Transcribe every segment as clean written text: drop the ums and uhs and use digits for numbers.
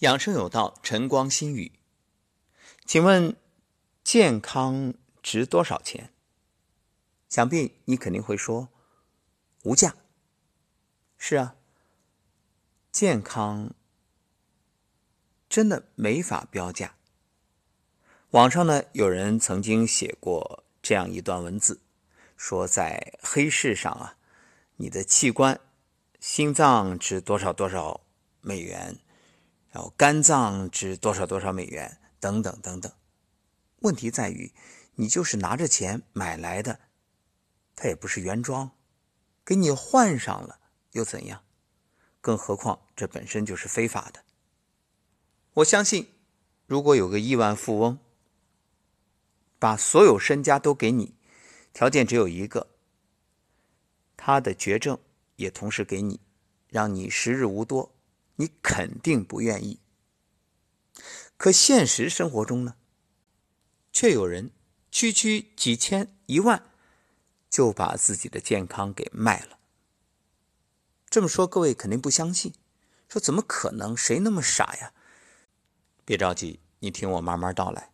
养生有道，晨光心语。请问健康值多少钱？想必你肯定会说无价。是啊，健康真的没法标价。网上呢，有人曾经写过这样一段文字，说在黑市上啊，你的器官，心脏值多少多少美元，然后肝脏值多少多少美元，等等等等。问题在于，你就是拿着钱买来的，它也不是原装，给你换上了又怎样？更何况这本身就是非法的。我相信，如果有个亿万富翁，把所有身家都给你，条件只有一个，他的绝症也同时给你，让你时日无多，你肯定不愿意。可现实生活中呢，却有人区区几千、1万就把自己的健康给卖了。这么说各位肯定不相信，说怎么可能，谁那么傻呀？别着急，你听我慢慢道来。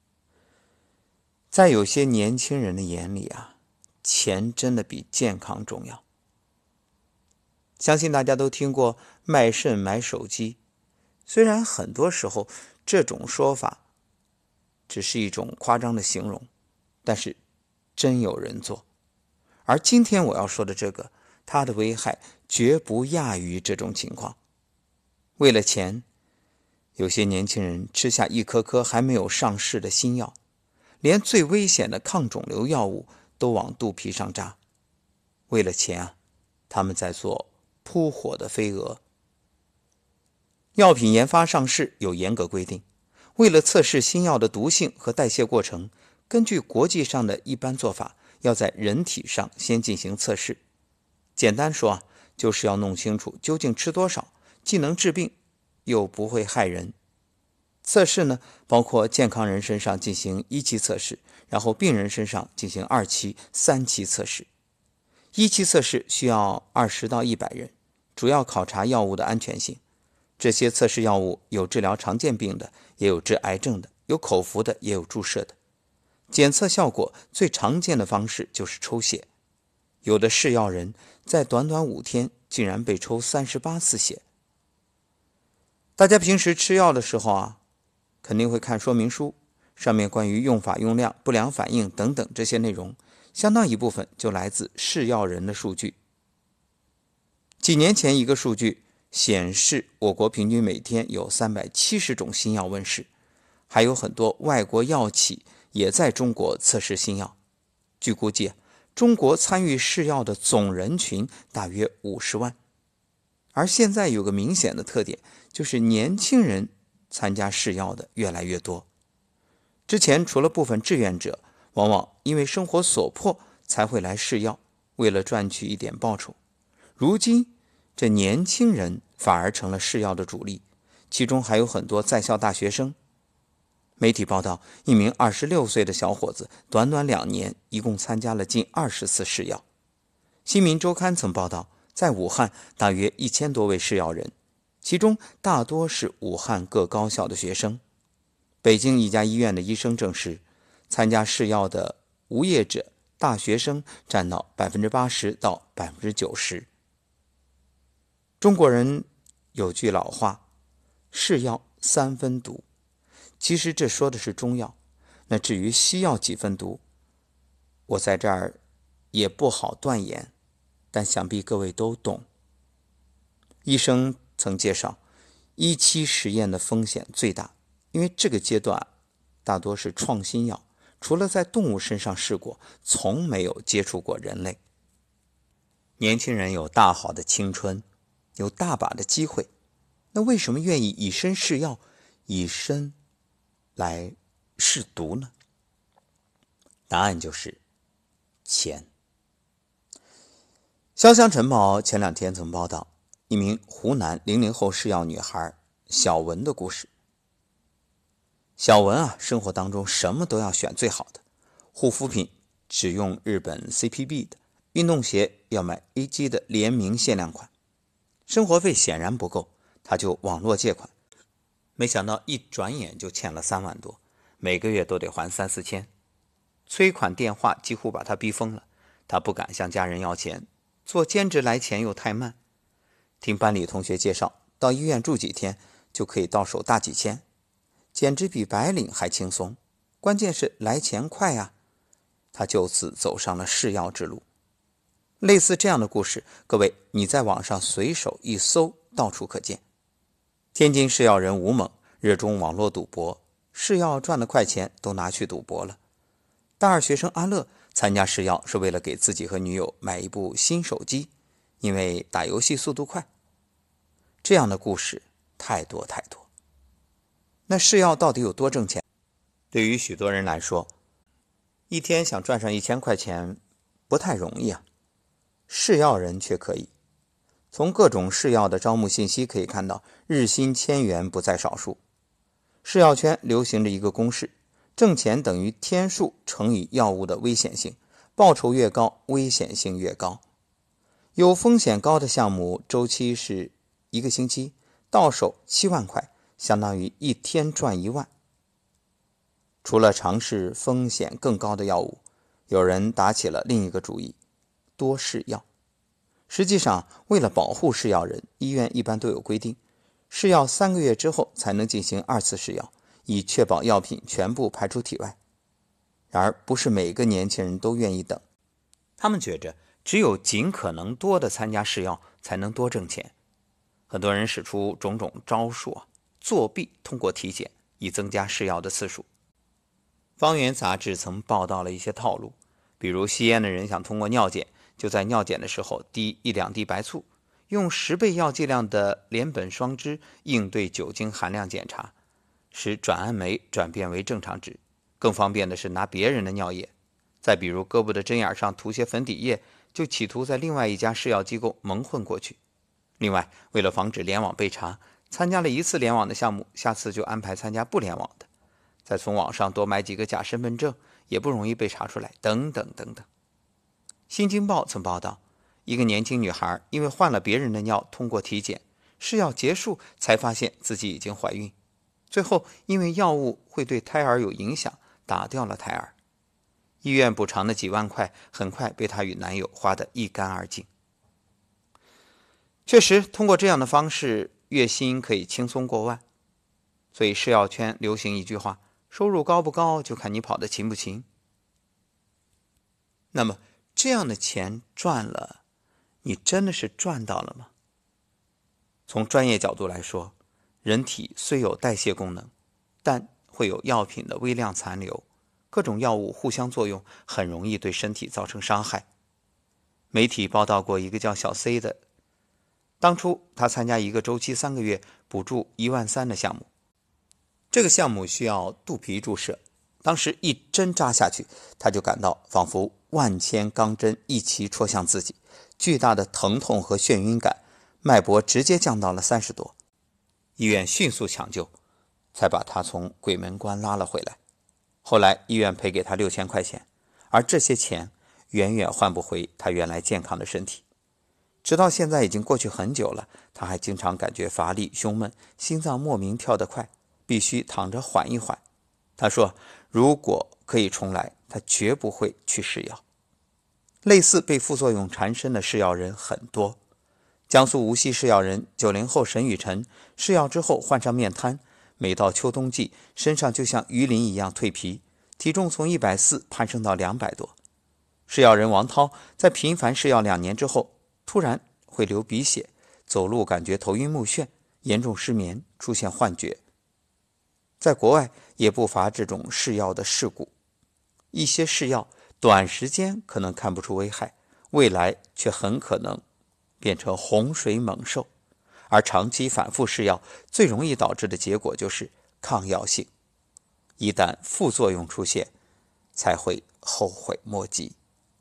在有些年轻人的眼里啊，钱真的比健康重要。相信大家都听过卖肾买手机，虽然很多时候这种说法只是一种夸张的形容，但是真有人做。而今天我要说的这个，它的危害绝不亚于这种情况。为了钱，有些年轻人吃下一颗颗还没有上市的新药，连最危险的抗肿瘤药物都往肚皮上扎。为了钱啊，他们在做扑火的飞蛾。药品研发上市有严格规定，为了测试新药的毒性和代谢过程，根据国际上的一般做法，要在人体上先进行测试。简单说啊，就是要弄清楚究竟吃多少，既能治病，又不会害人。测试呢，包括健康人身上进行1期测试，然后病人身上进行2期、3期测试。1期测试需要20到100人，主要考察药物的安全性。这些测试药物有治疗常见病的，也有治癌症的，有口服的，也有注射的。检测效果最常见的方式就是抽血。有的试药人在短短5天竟然被抽38次血。大家平时吃药的时候啊，肯定会看说明书，上面关于用法用量、不良反应等等这些内容，相当一部分就来自试药人的数据。几年前一个数据显示，我国平均每天有370种新药问世，还有很多外国药企也在中国测试新药。据估计，中国参与试药的总人群大约50万。而现在有个明显的特点，就是年轻人参加试药的越来越多。之前除了部分志愿者，往往因为生活所迫才会来试药，为了赚取一点报酬。如今这年轻人反而成了试药的主力，其中还有很多在校大学生。媒体报道，一名26岁的小伙子短短2年一共参加了近20次试药。新民周刊曾报道，在武汉大约1000多位试药人，其中大多是武汉各高校的学生。北京一家医院的医生证实，参加试药的无业者大学生占到80%到90%。中国人有句老话，是药3分毒，其实这说的是中药。那至于西药几分毒，我在这儿也不好断言，但想必各位都懂。医生曾介绍，1期实验的风险最大，因为这个阶段大多是创新药，除了在动物身上试过，从没有接触过人类。年轻人有大好的青春，有大把的机会，那为什么愿意以身试药，以身来试毒呢？答案就是钱。潇湘晨报前2天曾报道一名湖南00后试药女孩小文的故事。小文啊，生活当中什么都要选最好的，护肤品只用日本 CPB 的，运动鞋要买 AG 的联名限量款。生活费显然不够，他就网络借款， 没想到一转眼就欠了3万多，每个月都得还3、4千。催款电话几乎把他逼疯了，他不敢向家人要钱，做兼职来钱又太慢。听班里同学介绍，到医院住几天就可以到手大几千，简直比白领还轻松，关键是来钱快啊。他就此走上了试药之路。类似这样的故事，各位你在网上随手一搜，到处可见。天津试药人吴猛热衷网络赌博，试药赚的快钱都拿去赌博了。大2学生阿乐参加试药是为了给自己和女友买一部新手机，因为打游戏速度快。这样的故事太多太多。那试药到底有多挣钱？对于许多人来说，一天想赚上1000块钱不太容易啊，试药人却可以。从各种试药的招募信息可以看到，日薪1000元不在少数。试药圈流行着一个公式，挣钱等于天数乘以药物的危险性，报酬越高，危险性越高。有风险高的项目周期是1个星期，到手7万块，相当于一天赚1万。除了尝试风险更高的药物，有人打起了另一个主意，多试药。实际上，为了保护试药人，医院一般都有规定，试药3个月之后才能进行2次试药，以确保药品全部排出体外。然而，不是每个年轻人都愿意等，他们觉着只有尽可能多的参加试药，才能多挣钱。很多人使出种种招数作弊通过体检，以增加试药的次数。方圆杂志曾报道了一些套路，比如吸烟的人想通过尿检，就在尿检的时候滴1-2滴白醋，用10倍药剂量的联苯双酯应对酒精含量检查，使转氨酶转变为正常值。更方便的是拿别人的尿液。再比如胳膊的针眼上涂些粉底液，就企图在另外一家试药机构蒙混过去。另外，为了防止联网被查，参加了1次联网的项目，下次就安排参加不联网的。再从网上多买几个假身份证，也不容易被查出来，等等等等。新京报曾报道，一个年轻女孩因为换了别人的尿，通过体检，试药结束才发现自己已经怀孕，最后因为药物会对胎儿有影响，打掉了胎儿。医院补偿的几万块，很快被她与男友花得一干二净。确实，通过这样的方式，月薪可以轻松过万。所以试药圈流行一句话，收入高不高，就看你跑得勤不勤。那么这样的钱赚了，你真的是赚到了吗？从专业角度来说，人体虽有代谢功能，但会有药品的微量残留，各种药物互相作用，很容易对身体造成伤害。媒体报道过一个叫小 C 的，当初他参加一个周期3个月，补助1万3的项目。这个项目需要肚皮注射，当时一针扎下去，他就感到仿佛万千钢针一齐戳向自己，巨大的疼痛和眩晕感，脉搏直接降到了30多。医院迅速抢救，才把他从鬼门关拉了回来。后来医院赔给他6000块钱，而这些钱远远换不回他原来健康的身体。直到现在已经过去很久了，他还经常感觉乏力、胸闷，心脏莫名跳得快，必须躺着缓一缓。他说，如果可以重来，他绝不会去试药。类似被副作用缠身的试药人很多。江苏无锡试药人90后沈雨辰，试药之后患上面瘫，每到秋冬季，身上就像鱼鳞一样蜕皮，体重从140攀升到200多。试药人王涛在频繁试药2年之后，突然会流鼻血，走路感觉头晕目眩，严重失眠，出现幻觉。在国外也不乏这种试药的事故，一些试药短时间可能看不出危害，未来却很可能变成洪水猛兽，而长期反复试药最容易导致的结果就是抗药性，一旦副作用出现，才会后悔莫及。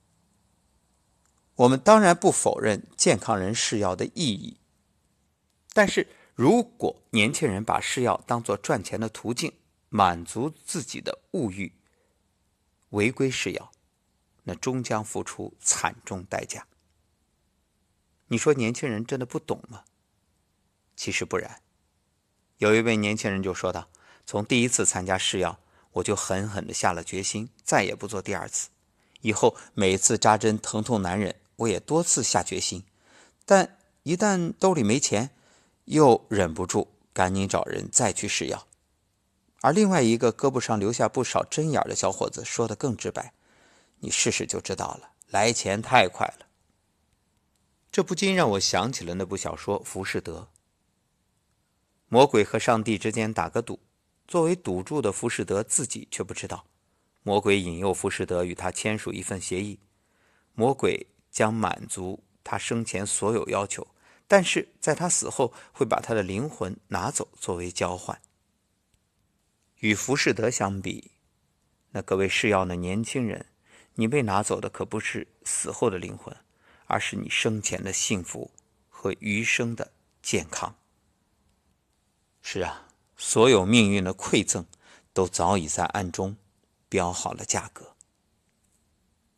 我们当然不否认健康人试药的意义，但是如果年轻人把试药当作赚钱的途径，满足自己的物欲，违规试药，那终将付出惨重代价。你说年轻人真的不懂吗？其实不然， 有一位年轻人就说道，从第一次参加试药，我就狠狠地下了决心，再也不做第二次。以后每次扎针疼痛难忍，我也多次下决心，但一旦兜里没钱，又忍不住赶紧找人再去试药。而另外一个胳膊上留下不少针眼的小伙子说得更直白，你试试就知道了，来钱太快了。这不禁让我想起了那部小说《浮士德》。魔鬼和上帝之间打个赌，作为赌注的浮士德自己却不知道，魔鬼引诱浮士德与他签署一份协议，魔鬼将满足他生前所有要求，但是在他死后会把他的灵魂拿走作为交换。与浮士德相比，那各位试药的年轻人，你被拿走的可不是死后的灵魂，而是你生前的幸福和余生的健康。是啊，所有命运的馈赠都早已在暗中标好了价格。